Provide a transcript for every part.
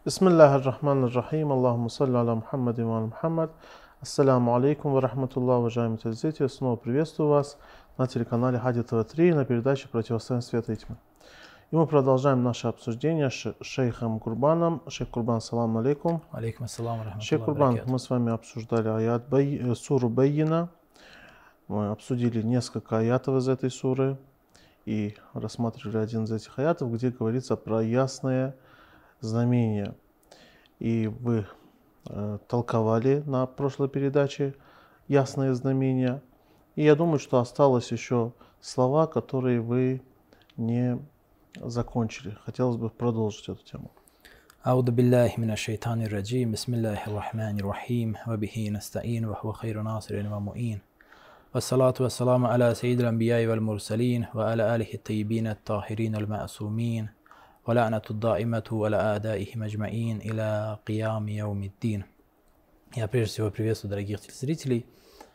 Бисмиллахи ар-Рахмани ар-Рахим. Аллахумма салли аля Мухаммадин ва аля Мухаммад. Ассаляму алейкум ва рахматуллах, уважаемые телезрители. Снова приветствую вас на телеканале Хади ТВ3 на передаче «Противостояние света и тьмы». И мы продолжаем наше обсуждение с шейхом Курбаном. Шейх Курбан, салам алейкум. Алейкум ассалам ва Шейх рахматуллахи ва Курбан, баракатух. мы с вами обсуждали суру Байина. Мы обсудили несколько аятов из этой суры и рассматривали один из этих аятов, где говорится про ясное знамение. И вы толковали на прошлой передаче ясные знамения. И я думаю, что осталось еще слова, которые вы не закончили. Хотелось бы продолжить эту тему. Ауду биллахи минаш шайтанир раджим. Бисмиллахир рахманир рахим. Ва бихи настаин ва хува хайру насирин ва муин. Вассалату вассаламу аля сайидил анбияи вал мурсалин ва аля алихи аттайибин ат-тахирин аль-ма'сумин. Ва ла'нату даимату аля адаихим аджмаин иля қиями яумиддин. Я прежде всего приветствую дорогих телезрителей.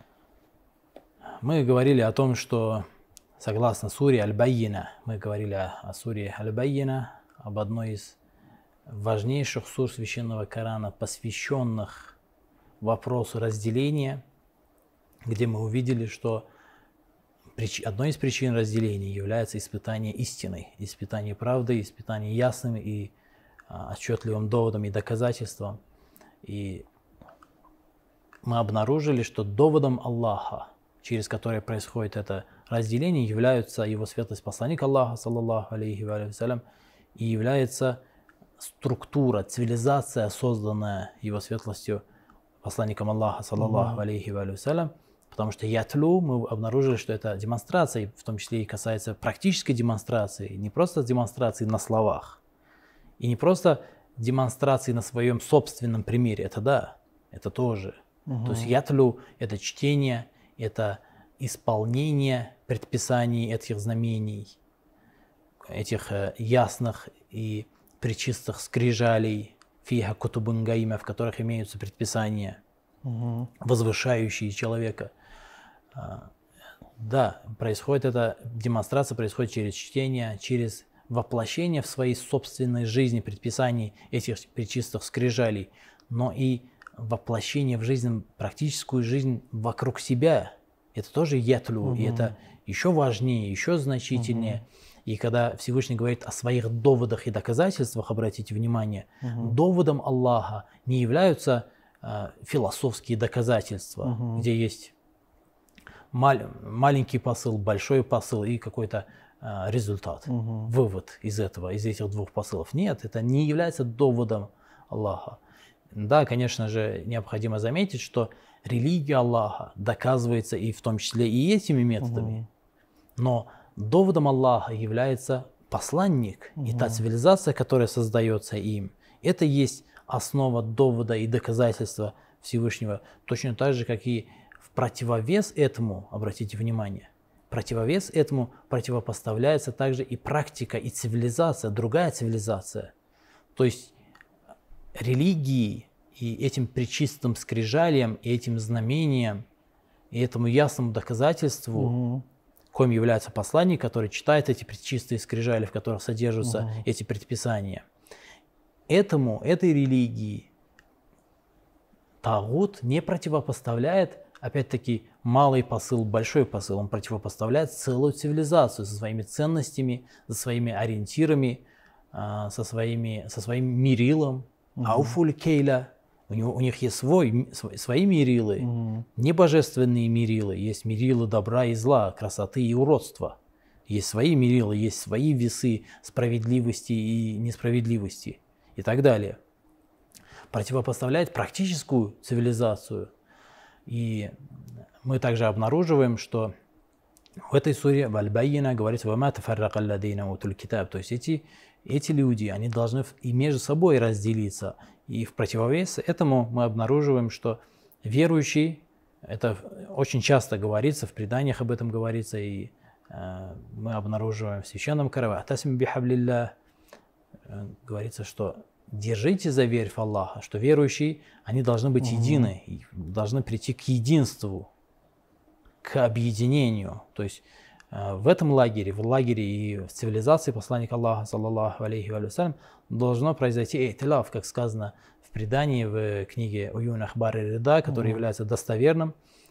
Мы говорили о том, что согласно суре Аль-Байина, мы говорили о суре Аль-Байина, об одной из важнейших сур Священного Корана, посвященных вопросу разделения, где мы увидели, что одной из причин разделения является испытание истиной, испытание правдой, испытание ясным и отчетливым доводом и доказательством. И мы обнаружили, что доводом Аллаха, через который происходит это разделение, являются его светлость посланник Аллаха, саллаллаху алейхи ва салям, и является структура, цивилизация, созданная его светлостью посланником Аллаха, саллаллаху алейхи ва салям, потому что ятлу, мы обнаружили, что это демонстрация, в том числе и касается практической демонстрации, не просто демонстрации на словах, и не просто демонстрации на своем собственном примере, это да, это тоже. То есть ятлу – это чтение, это исполнение предписаний этих знамений, этих ясных и пречистых скрижалей, фиха кутубун гаима, в которых имеются предписания, возвышающие человека. Да, происходит эта демонстрация, происходит через чтение, через воплощение в своей собственной жизни предписаний этих пречистых скрижалей, но и воплощение в жизнь, практическую жизнь вокруг себя. Это тоже ятлю, и это еще важнее, еще значительнее. И когда Всевышний говорит о своих доводах и доказательствах, обратите внимание, доводом Аллаха не являются философские доказательства, где есть маленький посыл, большой посыл и какой-то результат, вывод из этого, из этих двух посылов. Нет, это не является доводом Аллаха. Да, конечно же, необходимо заметить, что религия Аллаха доказывается и в том числе и этими методами. Но доводом Аллаха является посланник и та цивилизация, которая создается им. Это есть основа довода и доказательства Всевышнего. Точно так же, как и в противовес этому, обратите внимание, противовес этому противопоставляется также и практика, и цивилизация, другая цивилизация. То есть религии и этим пречистым скрижалиям, и этим знамениям, и этому ясному доказательству, коим является посланник, который читает эти пречистые скрижали, в которых содержатся эти предписания. Этой религии тагут не противопоставляет, опять-таки, малый посыл, большой посыл. Он противопоставляет целую цивилизацию со своими ценностями, со своими ориентирами, со своим мерилом. Ауфуль кейля. У них есть свои мерилы, не божественные мерилы. Есть мерилы добра и зла, красоты и уродства. Есть свои мерилы, есть свои весы справедливости и несправедливости и так далее. Противопоставляет практическую цивилизацию. И мы также обнаруживаем, что в этой суре Аль-Байина говорится «Вама тафаррака алладейна утуль китаб». То есть эти люди, они должны и между собой разделиться. И в противовес этому мы обнаруживаем, что верующий, это очень часто говорится, в преданиях об этом говорится, и мы обнаруживаем в Священном Коране, «Атасим бихаблилля», говорится, что держите за верь в Аллаха, что верующие, они должны быть едины, должны прийти к единству, к объединению. То есть в этом лагере, в лагере и в цивилизации посланника Аллаха, саллаллаху алейхи ва салям, должно произойти эйтиляф, как сказано в предании в книге Уюн Ахбар и-Рида, который является достоверным.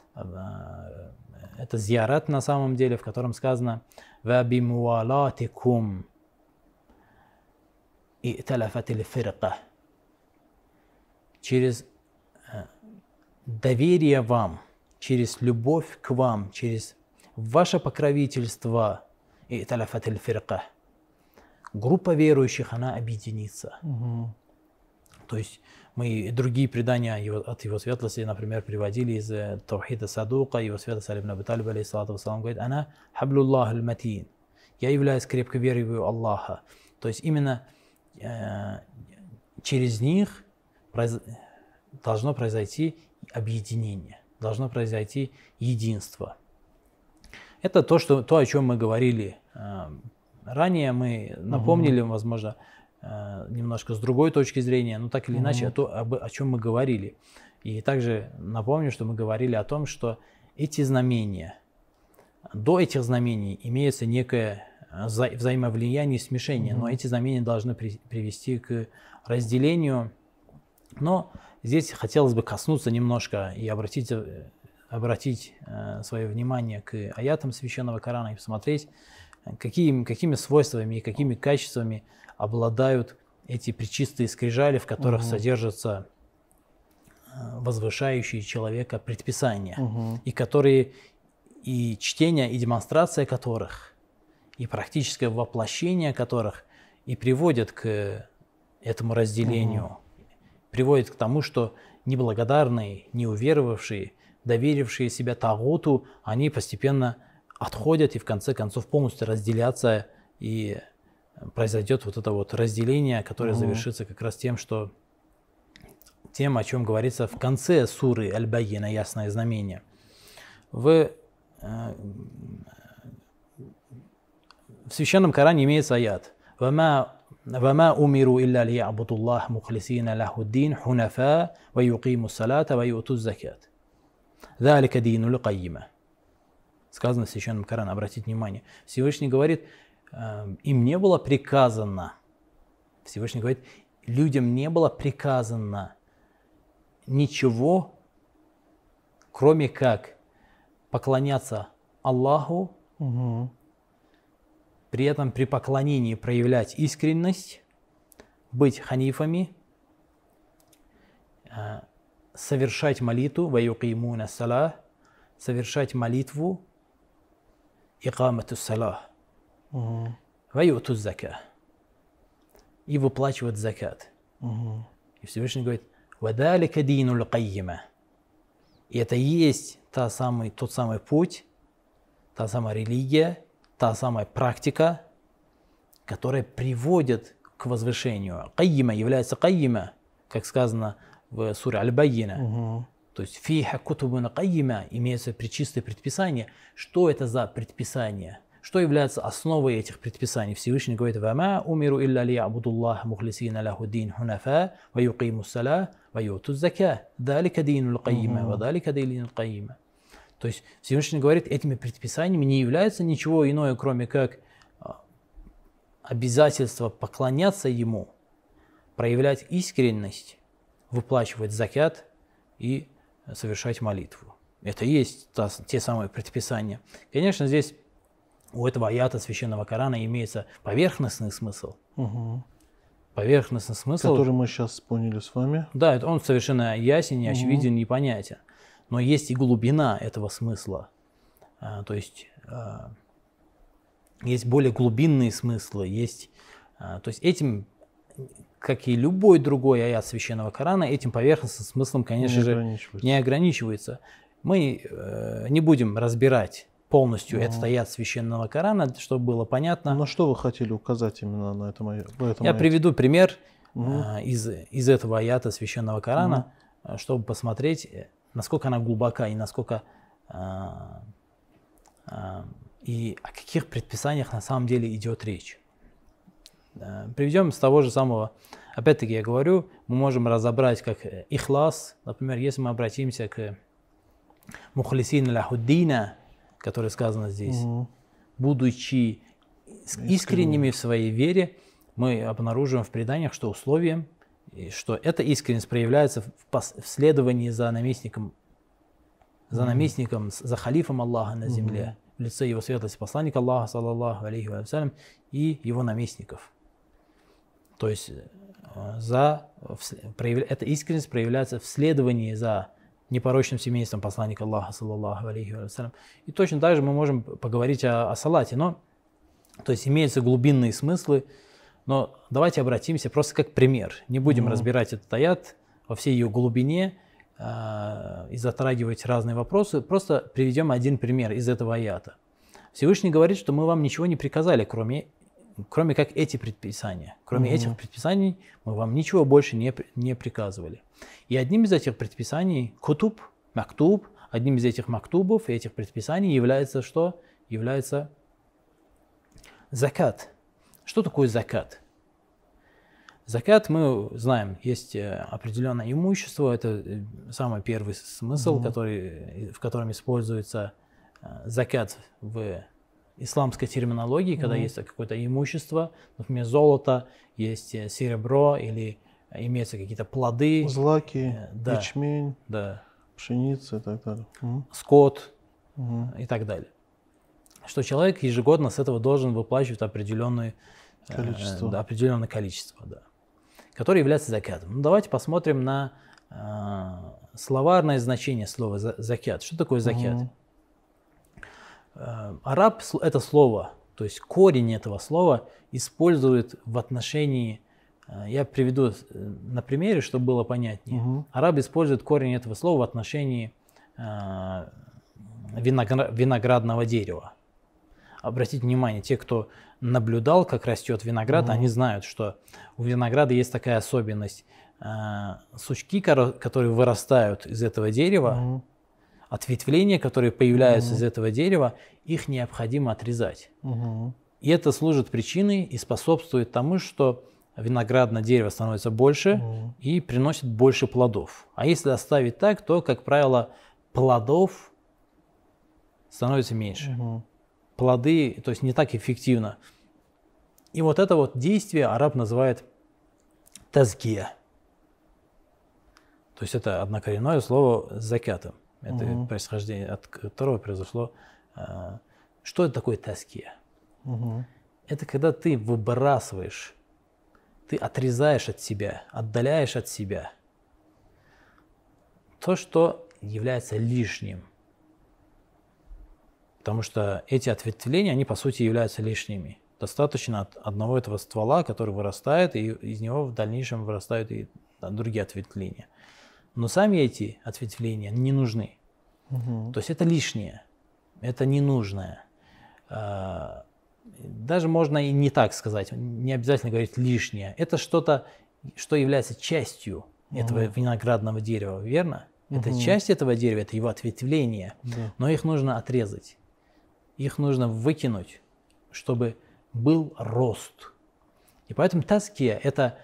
Это зиярат на самом деле, в котором сказано «Ва бимуалатикум и'таляфатил фирка». Через доверие вам, через любовь к вам, через ваше покровительство и'таляфатил фирка, группа верующих, она объединится. То есть мы и другие предания от его светлости, например, приводили из Таухида Садука, его светлость Али ибн Аби Талиб, алейхиссалату вассалам, говорит: «Ана хаблуллах аль-матин». Я являюсь крепко верою Аллаха. То есть именно через них должно произойти объединение, должно произойти единство. Это то, о чем мы говорили ранее, мы напомнили, возможно, немножко с другой точки зрения, но так или иначе, о чем мы говорили. И также напомню, что мы говорили о том, что эти знамения, до этих знамений имеется некое взаимовлияние и смешение, но эти знамения должны привести к разделению. Но здесь хотелось бы коснуться немножко и обратить свое внимание к аятам Священного Корана и посмотреть, какими свойствами и какими качествами обладают эти пречистые скрижали, в которых содержатся возвышающие человека предписания, и которые и чтение, и демонстрация которых, и практическое воплощение которых и приводят к этому разделению, приводит к тому, что неблагодарные, неуверовавшие, доверившие себя тагуту, они постепенно отходят и в конце концов полностью разделятся, и произойдет вот это вот разделение, которое завершится как раз тем, о чем говорится в конце суры Аль-Байина, ясное знамение. В Священном Коране имеется аят: «Вама умиру илля лиябудуллах мухлисина лахуддин хунафа ва юқиму салата ва ю'ту закят. Залика динул qayyiма». Сказано в Священном Коране, обратите внимание. Всевышний говорит: им не было приказано, Всевышний говорит, людям не было приказано ничего, кроме как поклоняться Аллаху, при этом при поклонении проявлять искренность, быть ханифами, совершать молитву, ва юқимуна салах, совершать молитву, икамату салах, ва ю'ту зака, и выплачивать закат. И Всевышний говорит: «Вадалика динул qayyiма». И это и есть тот самый путь, та самая религия, та самая практика, которая приводит к возвышению. Qayyiма является qayyiма, как сказано в суре Аль-Байина. То есть фиха кутубун qayyiма, имеется пречистое предписание. Что это за предписание? Что является основой этих предписаний? Всевышний говорит: «Вама умиру илля лиябудуллах мухлисина лахуддин хунафа ва юқиму салах ва ю'ту зака. Далика динул qayyiма ва далика динул qayyiма». То есть Всевышний говорит, этими предписаниями не является ничего иное, кроме как обязательство поклоняться Ему, проявлять искренность, выплачивать закят и совершать молитву. Это и есть те самые предписания. Конечно, здесь у этого аята Священного Корана имеется поверхностный смысл. Поверхностный смысл, который мы сейчас поняли с вами. Да, он совершенно ясен, очевиден и понятен. Но есть и глубина этого смысла. То есть есть более глубинные смыслы. То есть этим, как и любой другой аят Священного Корана, этим поверхностным смыслом, конечно же, не ограничивается. Мы не будем разбирать полностью этот аят Священного Корана, чтобы было понятно. На что вы хотели указать именно на этом аяте? Я приведу пример из этого аята Священного Корана, чтобы посмотреть, насколько она глубока и насколько и о каких предписаниях на самом деле идет речь. Приведем с того же самого, опять-таки я говорю, мы можем разобрать как ихлас, например, если мы обратимся к мухлисин лахуддина, который сказано здесь, будучи искренними в своей вере, мы обнаруживаем в преданиях, что условием, что эта искренность проявляется в следовании за наместником, за халифом Аллаха на земле, в лице его светлости посланника Аллаха, саллаллаху алейхи ва саллям, и его наместников. То есть эта искренность проявляется в следовании за непорочным семейством посланника Аллаха, саллаллаху алейхи ва саллям. И точно так же мы можем поговорить о салате, но то есть имеются глубинные смыслы, но давайте обратимся просто как пример. Не будем разбирать этот аят во всей ее глубине и затрагивать разные вопросы, просто приведем один пример из этого аята. Всевышний говорит, что мы вам ничего не приказали, кроме как эти предписания. Кроме этих предписаний мы вам ничего больше не приказывали. И одним из этих предписаний, кутуб, мактуб, одним из этих мактубов и этих предписаний является что? Является закат. Что такое закат? Закат, мы знаем, есть определенное имущество, это самый первый смысл, в котором используется закат в исламской терминологии, когда есть какое-то имущество, например, золото, есть серебро или имеются какие-то плоды. Злаки, ячмень, пшеница и так далее. Скот и так далее. Что человек ежегодно с этого должен выплачивать определенное количество, которое является закатом. Ну, давайте посмотрим на словарное значение слова закят. Что такое закят? Араб это слово, то есть корень этого слова, использует в отношении, я приведу на примере, чтобы было понятнее. Араб использует корень этого слова в отношении виноградного дерева. Обратите внимание, те, кто наблюдал, как растет виноград, они знают, что у винограда есть такая особенность. Сучки, которые вырастают из этого дерева, ответвления, которые появляются из этого дерева, их необходимо отрезать. И это служит причиной и способствует тому, что виноградное дерево становится больше и приносит больше плодов. А если оставить так, то, как правило, плодов становится меньше. Плоды, то есть не так эффективно. И вот это вот действие араб называет тазкия. То есть это однокоренное слово с закятом. Это происхождение, от которого произошло. Что это такое тазкия? Это когда ты выбрасываешь, ты отрезаешь от себя, отдаляешь от себя то, что является лишним. Потому что эти ответвления, они по сути являются лишними. Достаточно от одного этого ствола, который вырастает, и из него в дальнейшем вырастают и другие ответвления. Но сами эти ответвления не нужны. То есть это лишнее, это ненужное. Даже можно и не так сказать, не обязательно говорить лишнее. Это что-то, что является частью этого виноградного дерева, верно? Это часть этого дерева, это его ответвления, но их нужно отрезать. Их нужно выкинуть, чтобы был рост. И поэтому тазкия – это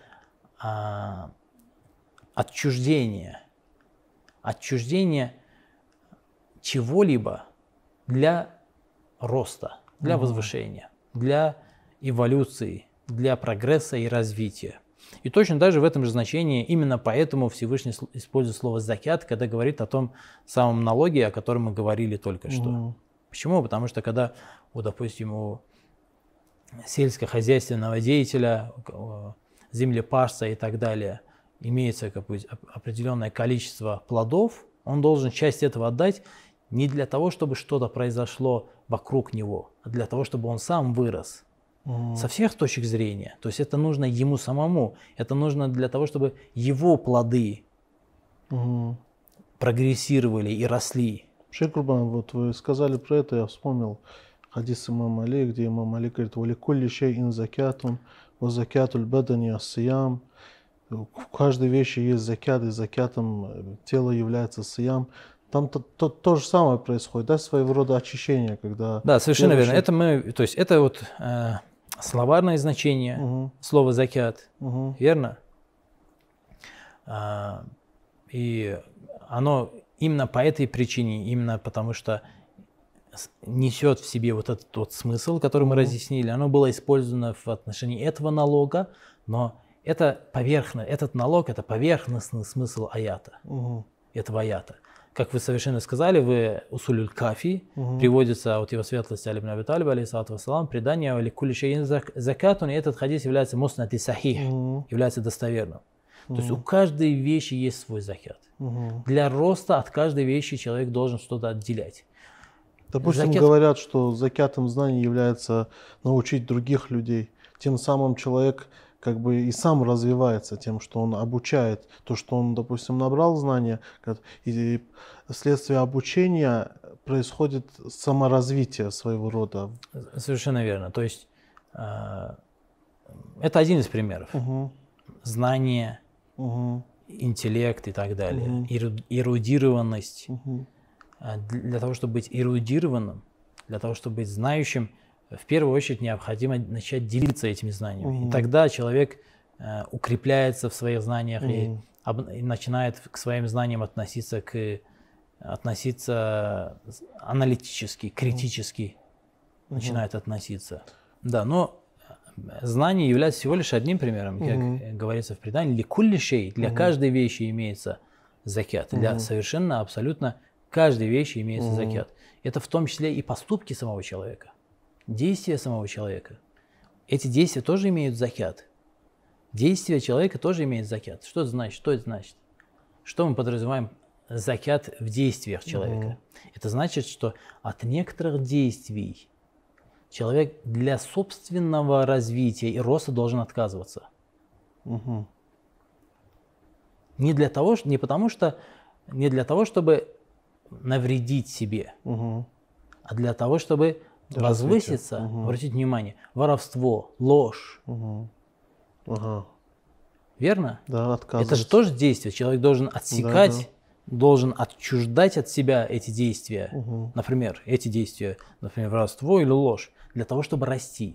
отчуждение чего-либо для роста, для возвышения, для эволюции, для прогресса и развития. И точно даже в этом же значении, именно поэтому Всевышний использует слово «закят», когда говорит о том самом налоге, о котором мы говорили только что. Почему? Потому что когда, допустим, у сельскохозяйственного деятеля, землепашца и так далее, имеется определенное количество плодов, он должен часть этого отдать не для того, чтобы что-то произошло вокруг него, а для того, чтобы он сам вырос. Со всех точек зрения. То есть это нужно ему самому. Это нужно для того, чтобы его плоды прогрессировали и росли. Шейх Курбан, вот вы сказали про это, я вспомнил хадис имама Али, где имам Али говорит: «Валикулли шейин закятун, ва закятуль бадани ас-сиям». В каждой вещи есть закят, и закятом тело является сиям. Там то же самое происходит, да, своего рода очищение, когда... Да, совершенно верно. Это вот словарное значение слова закят, верно? И оно именно по этой причине, именно потому что несет в себе вот этот вот смысл, который мы разъяснили. Оно было использовано в отношении этого налога, но этот налог – это поверхностный смысл аята, этого аята. Как вы совершенно сказали, в Усулюль Кафи приводится от его светлости Али ибн Аби Талиба, алейхиссалату вассалам, предание «Ли кулли шайин закатун», и этот хадис является муснад и сахих, является достоверным. То есть у каждой вещи есть свой закят. Для роста от каждой вещи человек должен что-то отделять. Допустим, говорят, что закятом знаний является научить других людей. Тем самым человек как бы и сам развивается тем, что он обучает. То, что он, допустим, набрал знания, и вследствие обучения происходит саморазвитие своего рода. Совершенно верно. То есть это один из примеров. Знание, интеллект и так далее. Эрудированность. Для того, чтобы быть эрудированным, для того, чтобы быть знающим, в первую очередь необходимо начать делиться этими знаниями. И тогда человек укрепляется в своих знаниях и начинает к своим знаниям относиться аналитически, критически начинает относиться. Да, но знание является всего лишь одним примером, как говорится в предании. Ли кулли шей, для каждой вещи имеется закят, для совершенно, абсолютно каждой вещи имеется закят. Это в том числе и поступки самого человека. Действия самого человека. Эти действия тоже имеют закят. Действия человека тоже имеют закят. Что это значит? Что это значит? Что мы подразумеваем закят в действиях человека? Это значит, что от некоторых действий человек для собственного развития и роста должен отказываться. Не для того, чтобы навредить себе, а для того, чтобы возвыситься, обратите внимание, воровство, ложь. Верно? Да, это же тоже действие. Человек должен отсекать, должен отчуждать от себя эти действия. Например, воровство или ложь, для того, чтобы расти.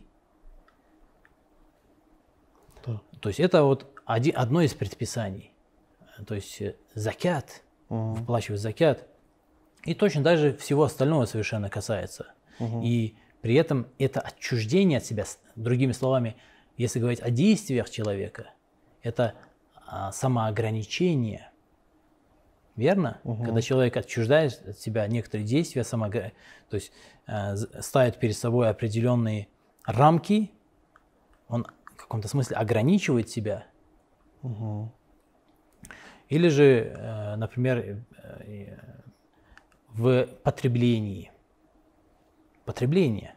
То есть это вот одно из предписаний. То есть закят, вплачивать закят. И точно так же всего остального совершенно касается. И при этом это отчуждение от себя, другими словами, если говорить о действиях человека, это самоограничение. Верно? Когда человек отчуждает от себя некоторые действия, то есть ставит перед собой определенные рамки, он в каком-то смысле ограничивает себя. Или же, например, в потреблении. Потребление.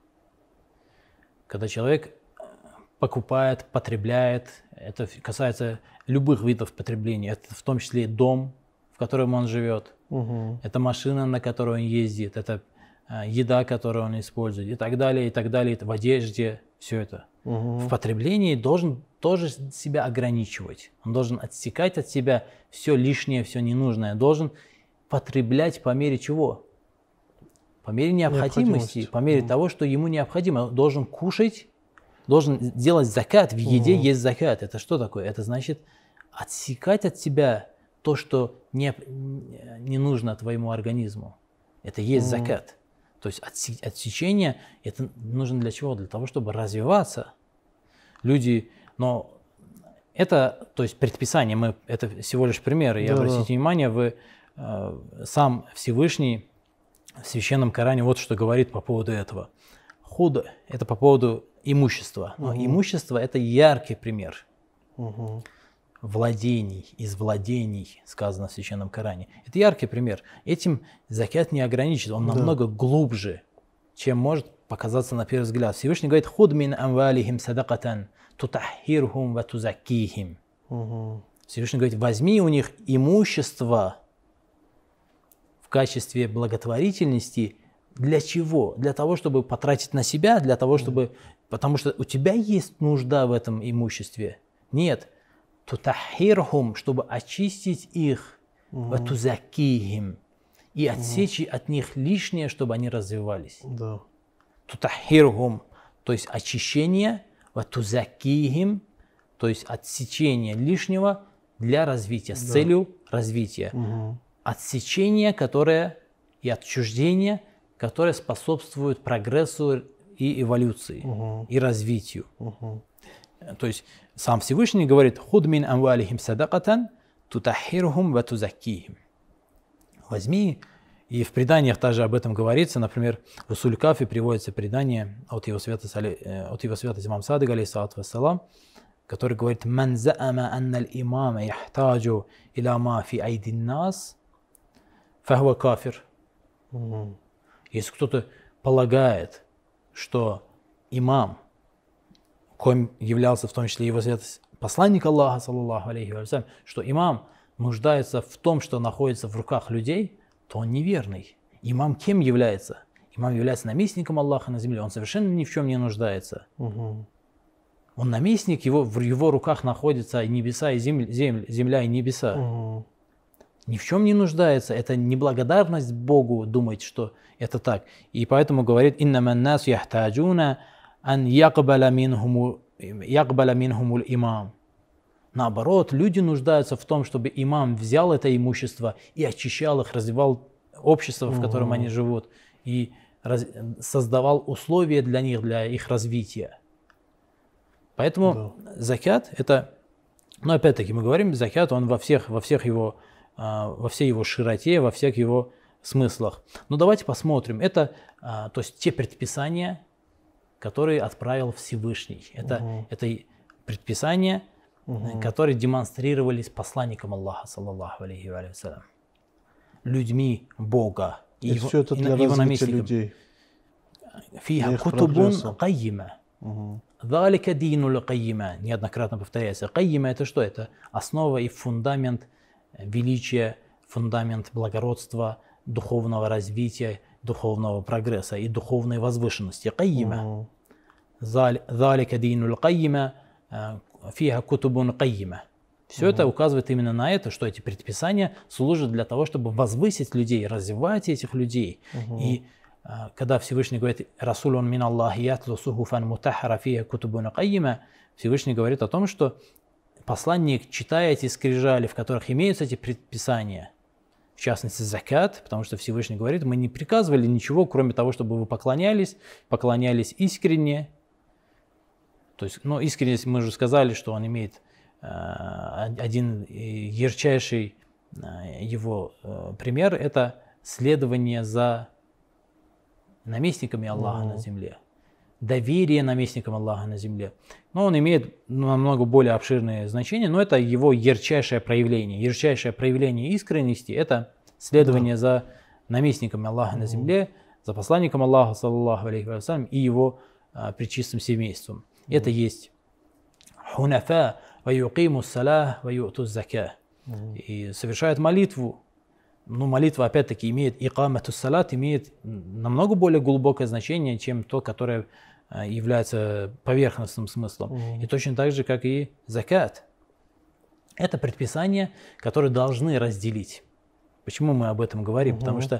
Когда человек покупает, потребляет, это касается любых видов потребления. Это в том числе и дом, в котором он живет. Это машина, на которой он ездит. Это еда, которую он использует. И так далее, и так далее. В одежде. Все это. В потреблении должен тоже себя ограничивать. Он должен отсекать от себя все лишнее, все ненужное. Должен потреблять по мере чего? По мере необходимости, по мере того, что ему необходимо. Должен кушать, должен делать закат. В еде есть закат. Это что такое? Это значит отсекать от себя то, что не нужно твоему организму. Это есть закат. То есть отсечение, это нужно для чего? Для того, чтобы развиваться. Люди, но это, то есть предписание, это всего лишь примеры. И обратите внимание, сам Всевышний в Священном Коране вот что говорит по поводу этого. Худ – это по поводу имущества. Но имущество – это яркий пример владений, из владений, сказано в Священном Коране. Это яркий пример. Этим закят не ограничен, он намного глубже, чем может показаться на первый взгляд. Всевышний говорит: «Худ мин амвалихим садакатан тутаххирхум ва тузаккихим». Всевышний говорит: возьми у них имущество в качестве благотворительности. Для чего? Для того, чтобы потратить на себя, для того, чтобы... Потому что у тебя есть нужда в этом имуществе. Нет. Тутаххирхум, чтобы очистить их, ва тузаккихим, и отсечь от них лишнее, чтобы они развивались. Тутаххирхум, то есть очищение, ва тузаккихим, то есть отсечение лишнего для развития, с целью развития. Отсечение, которое и отчуждение, которые способствуют прогрессу и эволюции, и развитию. То есть сам Всевышний говорит: «Худ мин амвалихим садакатан тутаххирхум ва тузаккихим». Возьми, и в преданиях также об этом говорится, например, в Усуль Кафи приводится предание от его святости имам Садык, алейхиссалату вассалам, который говорит: «Ман заама анна аль-имама яхтаджу иля ма фи айдин нас, фахва кафир». Если кто-то полагает, что имам, коим являлся в том числе его святость посланник Аллаха, саллаллаху алейхи ва саллям, что имам нуждается в том, что находится в руках людей, то он неверный. Имам кем является? Имам является наместником Аллаха на земле, он совершенно ни в чем не нуждается. Он наместник, в его руках находятся небеса и земля и небеса. Ни в чем не нуждается. Это неблагодарность Богу думать, что это так. И поэтому говорит: «Иннама нас яхтаджуна ан якбаля минхумул имам». Наоборот, люди нуждаются в том, чтобы имам взял это имущество и очищал их, развивал общество, в котором они живут, и создавал условия для них, для их развития. Поэтому закят это, но опять-таки мы говорим, закят он во всей его широте, во всех его смыслах. Но давайте посмотрим. Это то есть те предписания, которые отправил Всевышний. Это предписания, которые демонстрировались посланником Аллаха, саллаллаху алейхи ва саллям, людьми Бога и его, все это для развития людей. Фиха кутубун кайима. Далика дину кайима. Неоднократно повторяется. Кайима — это что? Это основа и фундамент величия, фундамент благородства, духовного развития, духовного прогресса и духовной возвышенности. Кайима. Далика дину кайима. Фиха кутубун кайима. Все это указывает именно на это, что эти предписания служат для того, чтобы возвысить людей, развивать этих людей. И когда Всевышний говорит: «Расулун мин Аллахи ятлу сухуфан мутахара фиха кутубун кайима», Всевышний говорит о том, что посланник, читая эти скрижали, в которых имеются эти предписания, в частности закат, потому что Всевышний говорит: мы не приказывали ничего, кроме того, чтобы вы поклонялись искренне. То есть, искренность, мы уже сказали, что он имеет один ярчайший его пример – это следование за наместниками Аллаха на земле, доверие наместникам Аллаха на земле. Но он имеет намного более обширное значение, но это его ярчайшее проявление. Ярчайшее проявление искренности – это следование за наместниками Аллаха на земле, за посланником Аллаха, саллаллаху алейхи ва саллям, и его пречистым семейством. Это есть хунафа ва юқиму салах ва ю'ту зака. И совершают молитву. Но молитва, опять-таки, имеет икамату салат, имеет намного более глубокое значение, чем то, которое является поверхностным смыслом. И точно так же, как и закат. Это предписания, которые должны разделить. Почему мы об этом говорим? Потому что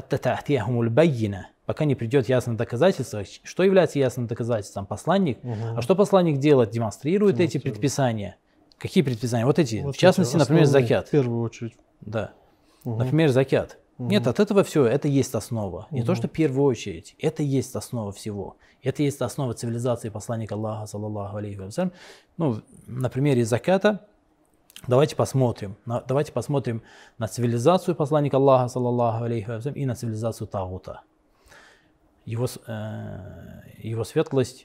пока не придет ясное доказательство. Что является ясным доказательством? Посланник. А что посланник делает? Демонстрирует эти предписания. Какие предписания? Вот эти. В частности, например, закят. В первую очередь. Да. Например, закят. Нет, от этого все. Это есть основа. Не то, что в первую очередь. Это есть основа всего. Это есть основа цивилизации посланника Аллаха, саллаллаху алейхи ва саллям. На примере заката давайте посмотрим. Давайте посмотрим на цивилизацию посланника Аллаха, саллаллаху алейхи ва саллям, и на цивилизацию тагута. Его светлость,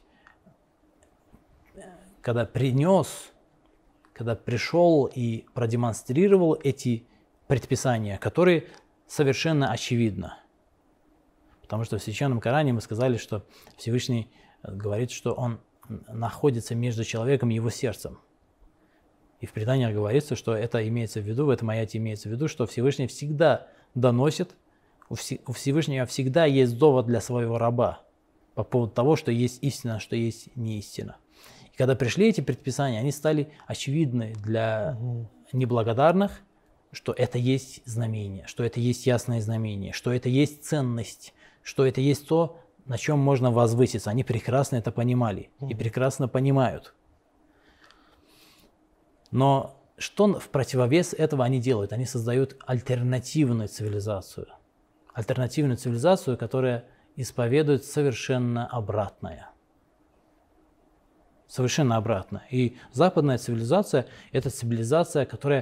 когда пришел и продемонстрировал эти предписания, которые совершенно очевидны. Потому что в Священном Коране мы сказали, что Всевышний говорит, что он находится между человеком и его сердцем. И в преданиях говорится, что это имеется в виду, в этом аяте имеется в виду, что Всевышний всегда доносит, у Всевышнего всегда есть довод для своего раба по поводу того, что есть истина, что есть неистина. И когда пришли эти предписания, они стали очевидны для неблагодарных, что это есть знамение, что это есть ясное знамение, что это есть ценность, что это есть то, на чем можно возвыситься. Они прекрасно это понимали и прекрасно понимают. Но что в противовес этого они делают? Они создают альтернативную цивилизацию. альтернативную цивилизацию, которая исповедует совершенно обратное. Совершенно обратно. И западная цивилизация – это цивилизация, которая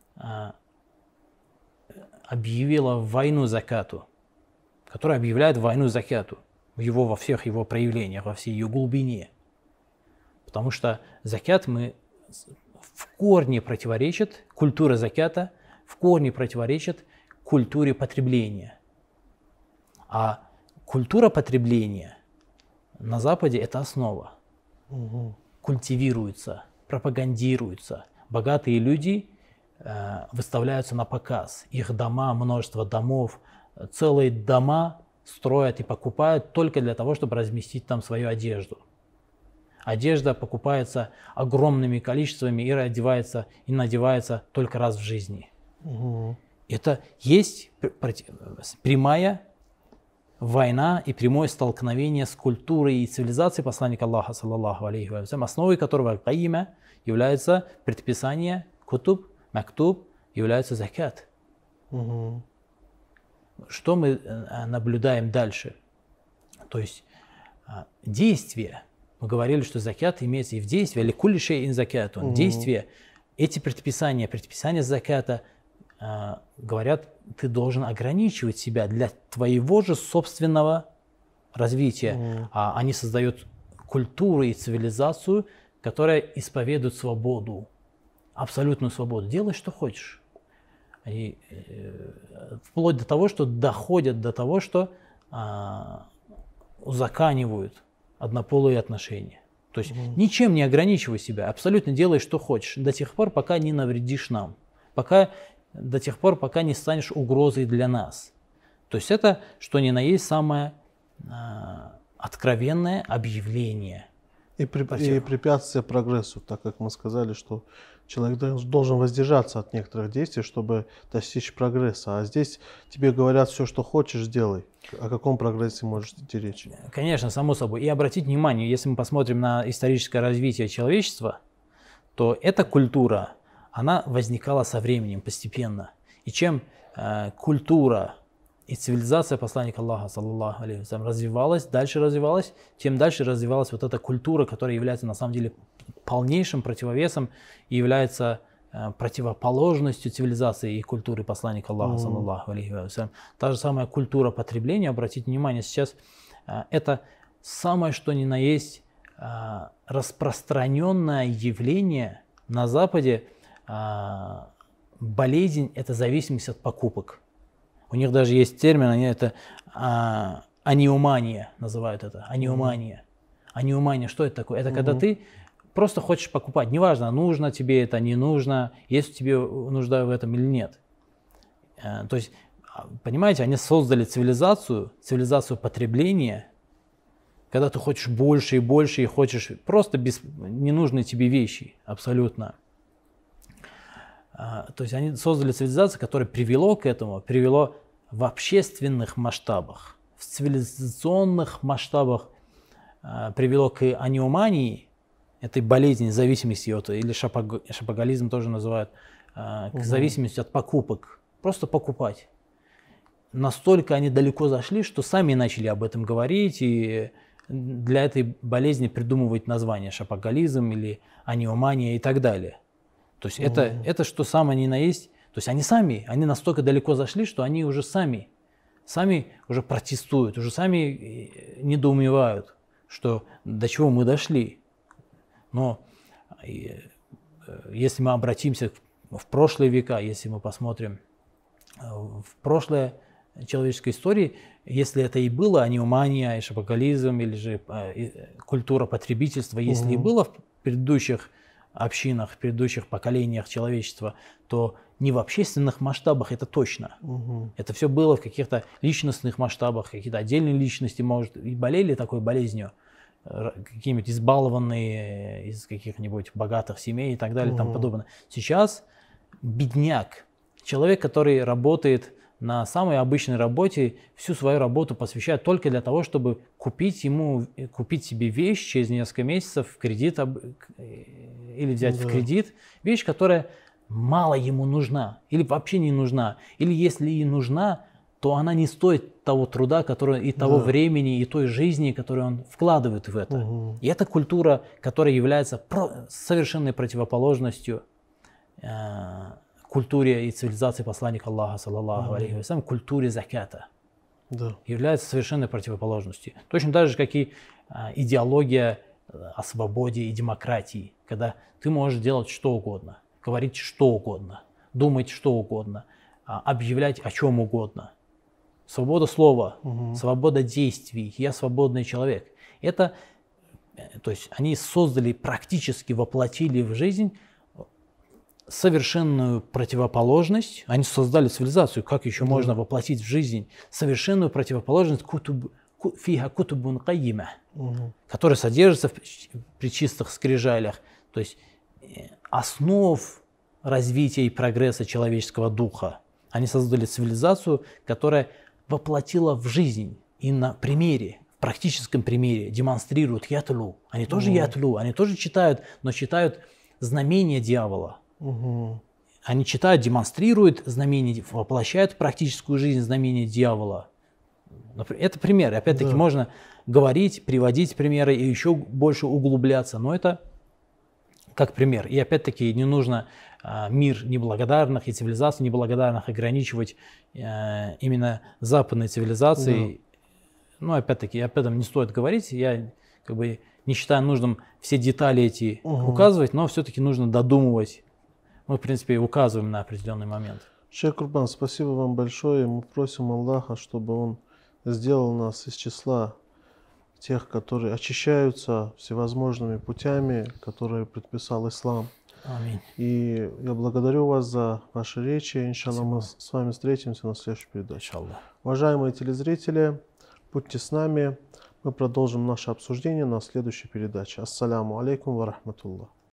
объявила войну закату, которая объявляет войну закату во всех его проявлениях, во всей ее глубине. Потому что закат в корне противоречит, культура заката в корне противоречит культуре потребления. А культура потребления на Западе – это основа. Культивируется, пропагандируется. Богатые люди выставляются на показ. Их дома, множество домов, целые дома строят и покупают только для того, чтобы разместить там свою одежду. Одежда покупается огромными количествами и одевается, и надевается только раз в жизни. Это есть прямая война и прямое столкновение с культурой и цивилизацией посланника Аллаха, саллаллаху алейхи ва саллям, основой которого каима является предписание кутуб, мактуб, является закат. Что мы наблюдаем дальше? То есть действие. Мы говорили, что закат имеется и в действии, или кулли шейин закатун. Действие, эти предписания заката говорят, ты должен ограничивать себя для твоего же собственного развития. А они создают культуру и цивилизацию, которая исповедует свободу, абсолютную свободу. Делай, что хочешь. И, вплоть до того, что доходят до того, что узаканивают однополые отношения. То есть ничем не ограничивай себя, абсолютно делай, что хочешь, до тех пор, пока не навредишь нам, до тех пор, пока не станешь угрозой для нас. То есть это, что ни на есть, самое откровенное объявление. И препятствие прогрессу, так как мы сказали, что человек должен воздержаться от некоторых действий, чтобы достичь прогресса. А здесь тебе говорят, все, что хочешь, сделай. О каком прогрессе может идти речь? Конечно, само собой. И обратить внимание, если мы посмотрим на историческое развитие человечества, то эта культура, она возникала со временем, постепенно. И чем культура и цивилизация посланника Аллаха, саллаллаху алейхи ва саллям, развивалась, тем дальше развивалась вот эта культура, которая является на самом деле полнейшим противовесом и является противоположностью цивилизации и культуры посланника Аллаха, саллаллаху алейхи ва саллям. Та же самая культура потребления, обратите внимание, сейчас это самое что ни на есть распространенное явление на Западе. Болезнь – это зависимость от покупок. У них даже есть термин, они это аниумания называют это. Аниумания. Аниумания, что это такое? Это когда ты просто хочешь покупать. Неважно, нужно тебе это, не нужно, есть у тебя нужда в этом или нет. То есть, понимаете, они создали цивилизацию потребления, когда ты хочешь больше и больше, и хочешь просто ненужные тебе вещи, абсолютно. То есть они создали цивилизацию, которая привело в общественных масштабах, в цивилизационных масштабах, привело к аниумании, этой болезни, зависимости от, или шопоголизм тоже называют, к зависимости от покупок. Просто покупать. Настолько они далеко зашли, что сами начали об этом говорить и для этой болезни придумывать названия: шопоголизм или аниумания и так далее. То есть это что самое ни на есть. То есть они настолько далеко зашли, что они уже сами уже протестуют, уже сами недоумевают, что до чего мы дошли. Но если мы обратимся в прошлые века, если мы посмотрим в прошлое человеческой истории, если это и было аниумания, и шопоголизм, или же культура потребительства, если и было в предыдущих общинах, в предыдущих поколениях человечества, то не в общественных масштабах, это точно. Это все было в каких-то личностных масштабах, какие-то отдельные личности, может, и болели такой болезнью, какие-нибудь избалованные из каких-нибудь богатых семей и так далее и тому подобное. Сейчас бедняк, человек, который работает на самой обычной работе, всю свою работу посвящает только для того, чтобы купить себе вещь через несколько месяцев в кредит или взять в кредит, вещь, которая мало ему нужна или вообще не нужна, или если и нужна, то она не стоит того труда, который, и того времени, и той жизни, которую он вкладывает в это. И это культура, которая является совершенной противоположностью культуре и цивилизации посланника Аллаха, саллаллаху алейхи вассалям, культуре заката. Является совершенной противоположностью. Точно так же, как и идеология о свободе и демократии, когда ты можешь делать что угодно, говорить что угодно, думать что угодно, объявлять о чем угодно. Свобода слова, свобода действий, я свободный человек. Это, то есть они создали, практически воплотили в жизнь совершенную противоположность. Они создали цивилизацию, как еще можно воплотить в жизнь совершенную противоположность фиха кутубун кайима, которая содержится при чистых скрижалях, то есть основ развития и прогресса человеческого духа. Они создали цивилизацию, которая воплотила в жизнь и на примере, в практическом примере демонстрируют ятлу. Они тоже ятлу, они тоже читают, но читают знамения дьявола. Они читают, демонстрируют знамения, воплощают в практическую жизнь знамения дьявола. Это пример. Опять-таки можно говорить, приводить примеры и еще больше углубляться, но это как пример. И опять-таки не нужно мир неблагодарных и цивилизацию неблагодарных ограничивать именно западной цивилизацией. Ну, опять-таки, об этом не стоит говорить. Я как бы не считаю нужным все детали эти указывать, но все-таки нужно додумывать. Мы, в принципе, указываем на определенный момент. Шейх Курбан, спасибо вам большое. Мы просим Аллаха, чтобы Он сделал нас из числа тех, которые очищаются всевозможными путями, которые предписал ислам. Аминь. И я благодарю вас за ваши речи. Иншаллах, мы с вами встретимся на следующей передаче. Иншаллах. Уважаемые телезрители, будьте с нами. Мы продолжим наше обсуждение на следующей передаче. Ассаляму алейкум ва рахматуллах.